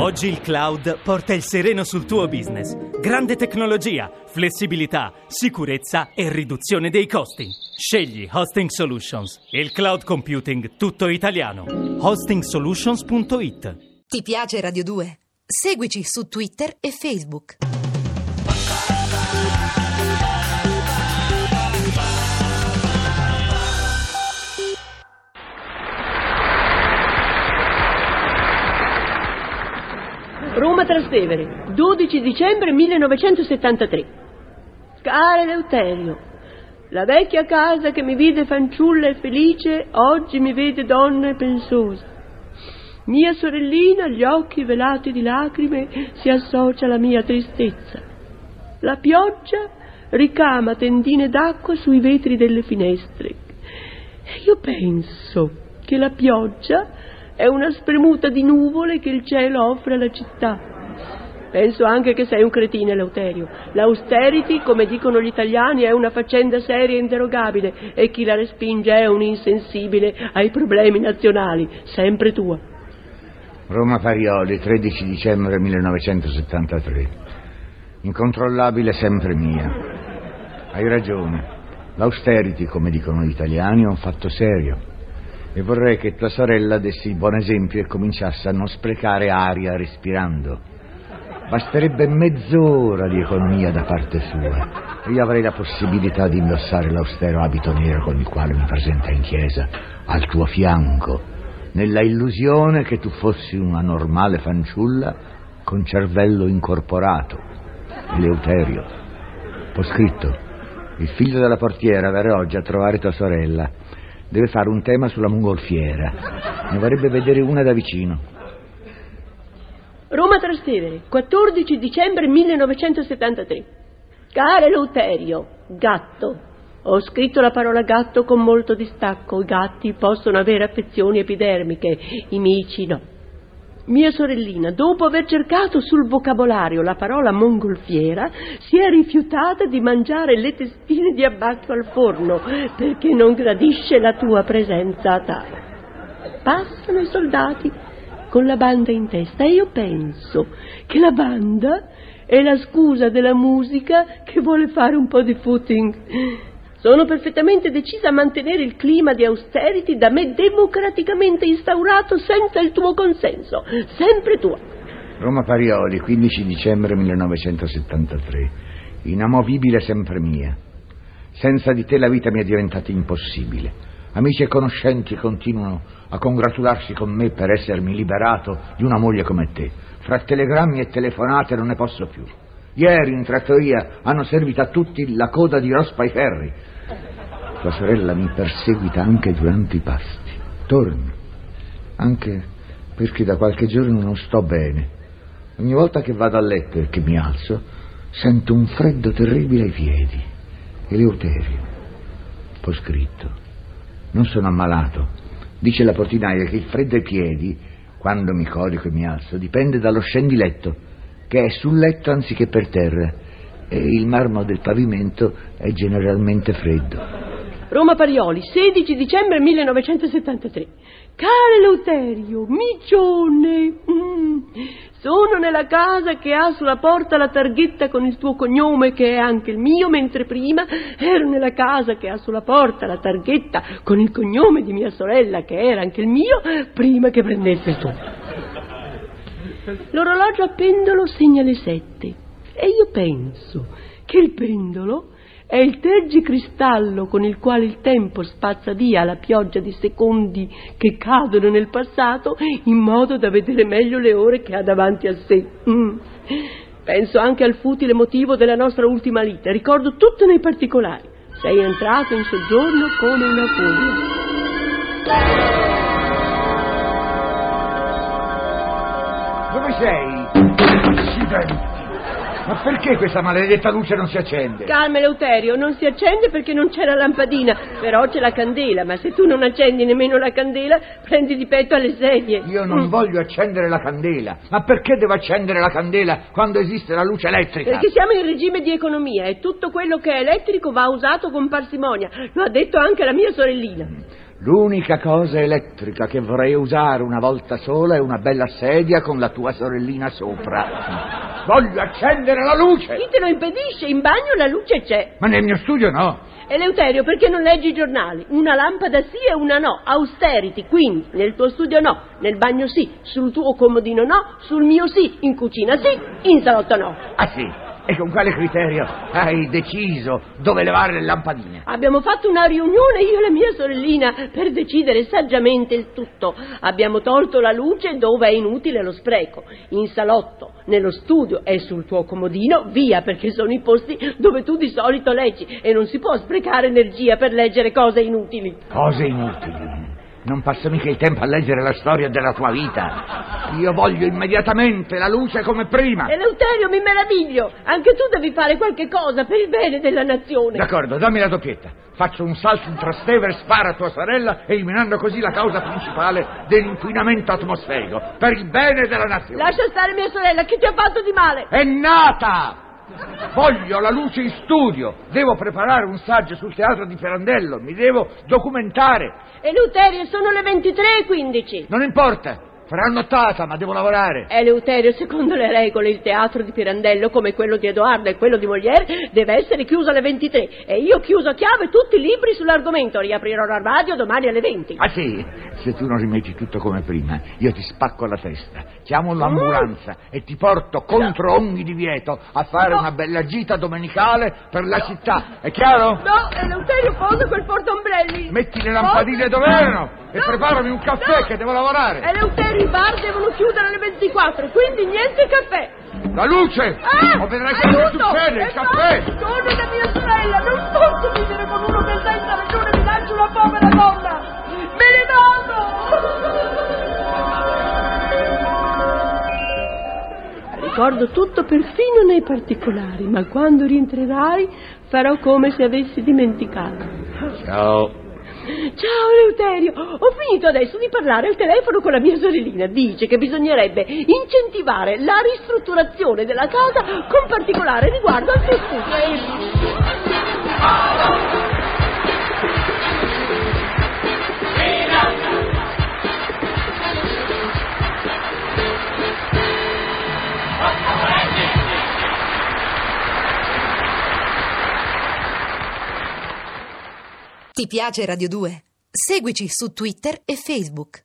Oggi il cloud porta il sereno sul tuo business. Grande tecnologia, flessibilità, sicurezza e riduzione dei costi. Scegli Hosting Solutions, il cloud computing tutto italiano. Hostingsolutions.it. Ti piace Radio 2? Seguici su Twitter e Facebook. Roma Trastevere, 12 dicembre 1973. Caro Eleuterio, la vecchia casa che mi vide fanciulla e felice oggi mi vede donna e pensosa. Mia sorellina, gli occhi velati di lacrime, si associa alla mia tristezza. La pioggia ricama tendine d'acqua sui vetri delle finestre. E io penso che la pioggia è una spremuta di nuvole che il cielo offre alla città. Penso anche che sei un cretino, Eleuterio. L'austerity, come dicono gli italiani, è una faccenda seria e interrogabile, e chi la respinge è un insensibile ai problemi nazionali. Sempre tua. Roma Farioli, 13 dicembre 1973. Incontrollabile sempre mia. Hai ragione. L'austerity, come dicono gli italiani, è un fatto serio. E vorrei che tua sorella desse il buon esempio e cominciasse a non sprecare aria respirando. Basterebbe mezz'ora di economia da parte sua e io avrei la possibilità di indossare l'austero abito nero con il quale mi presenta in chiesa al tuo fianco, nella illusione che tu fossi una normale fanciulla con cervello incorporato. Eleuterio. Ho scritto: il figlio della portiera verrà oggi a trovare tua sorella. Deve fare un tema sulla mongolfiera. Ne vorrebbe vedere una da vicino. Roma Trastevere, 14 dicembre 1973. Caro Eleuterio, gatto. Ho scritto la parola gatto con molto distacco. I gatti possono avere affezioni epidermiche, i mici no. Mia sorellina, dopo aver cercato sul vocabolario la parola mongolfiera, si è rifiutata di mangiare le testine di abbacchio al forno perché non gradisce la tua presenza a tavola. Passano i soldati con la banda in testa e io penso che la banda è la scusa della musica che vuole fare un po' di footing. Sono perfettamente decisa a mantenere il clima di austerity da me democraticamente instaurato senza il tuo consenso. Sempre tua. Roma Farioli, 15 dicembre 1973. Inamovibile sempre mia. Senza di te la vita mi è diventata impossibile. Amici e conoscenti continuano a congratularsi con me per essermi liberato di una moglie come te. Fra telegrammi e telefonate non ne posso più. Ieri in trattoria hanno servito a tutti la coda di rospa ai ferri. Tua sorella mi perseguita anche durante i pasti. Torna, anche perché da qualche giorno non sto bene. Ogni volta che vado a letto e che mi alzo, sento un freddo terribile ai piedi. Eleuterio. Ho scritto: non sono ammalato. Dice la portinaia che il freddo ai piedi, quando mi corico e mi alzo, dipende dallo scendiletto, che è sul letto anziché per terra, e il marmo del pavimento è generalmente freddo. Roma Parioli, 16 dicembre 1973. Caro Eleuterio, micione, sono nella casa che ha sulla porta la targhetta con il tuo cognome che è anche il mio, mentre prima ero nella casa che ha sulla porta la targhetta con il cognome di mia sorella che era anche il mio, prima che prendesse il tuo. L'orologio a pendolo segna le 7 e io penso che il pendolo è il tergicristallo con il quale il tempo spazza via la pioggia di secondi che cadono nel passato in modo da vedere meglio le ore che ha davanti a sé. Penso anche al futile motivo della nostra ultima lite. Ricordo tutto nei particolari. Sei entrato in soggiorno come una furia. Dove sei? Accidenti! Ma perché questa maledetta luce non si accende? Calma Eleuterio, non si accende perché non c'è la lampadina, però c'è la candela, ma se tu non accendi nemmeno la candela, prendi di petto alle sedie. Io non voglio accendere la candela. Ma perché devo accendere la candela quando esiste la luce elettrica? Perché siamo in regime di economia e tutto quello che è elettrico va usato con parsimonia. Lo ha detto anche la mia sorellina. L'unica cosa elettrica che vorrei usare una volta sola è una bella sedia con la tua sorellina sopra. Voglio accendere la luce! Chi te lo impedisce? In bagno la luce c'è. Ma nel mio studio no. Eleuterio, perché non leggi i giornali? Una lampada sì e una no. Austerity, quindi nel tuo studio no, nel bagno sì, sul tuo comodino no, sul mio sì, in cucina sì, in salotto no. Ah sì? E con quale criterio hai deciso dove levare le lampadine? Abbiamo fatto una riunione, io e la mia sorellina, per decidere saggiamente il tutto. Abbiamo tolto la luce dove è inutile lo spreco. In salotto, nello studio e sul tuo comodino, via, perché sono i posti dove tu di solito leggi e non si può sprecare energia per leggere cose inutili. Cose inutili? Non passa mica il tempo a leggere la storia della tua vita. Io voglio immediatamente la luce come prima. Eleuterio, mi meraviglio. Anche tu devi fare qualche cosa per il bene della nazione. D'accordo, dammi la doppietta. Faccio un salto in Trastevere, sparo a tua sorella, eliminando così la causa principale dell'inquinamento atmosferico, per il bene della nazione. Lascia stare mia sorella, che ti ha fatto di male? È nata! Voglio la luce in studio. Devo preparare un saggio sul teatro di Pirandello. Mi devo documentare. Eleuterio, sono le 23:15. Non importa. Farà nottata, ma devo lavorare. Eleuterio, secondo le regole, il teatro di Pirandello, come quello di Edoardo e quello di Molière, deve essere chiuso alle 23. E io chiuso a chiave tutti i libri sull'argomento. Riaprirò l'armadio domani alle 20. Ah sì? Se tu non rimetti tutto come prima, io ti spacco la testa. Chiamo l'ambulanza e ti porto contro ogni divieto a fare una bella gita domenicale per la città. È chiaro? No, Eleuterio, posa quel portaombrelli. Metti le lampadine dove erano e preparami un caffè che devo lavorare. Eleuterio, i bar devono chiudere alle 24, quindi niente caffè. La luce! O vedrai quello che succede, il caffè! Sono la mia sorella, non posso vivere con uno che senza ragione mi lancia una povera donna! Me ne vado! Ricordo tutto perfino nei particolari, ma quando rientrerai farò come se avessi dimenticato. Ciao. Ciao Eleuterio, ho finito adesso di parlare al telefono con la mia sorellina. Dice che bisognerebbe incentivare la ristrutturazione della casa con particolare riguardo al suo studio. Ti piace Radio 2? Seguici su Twitter e Facebook.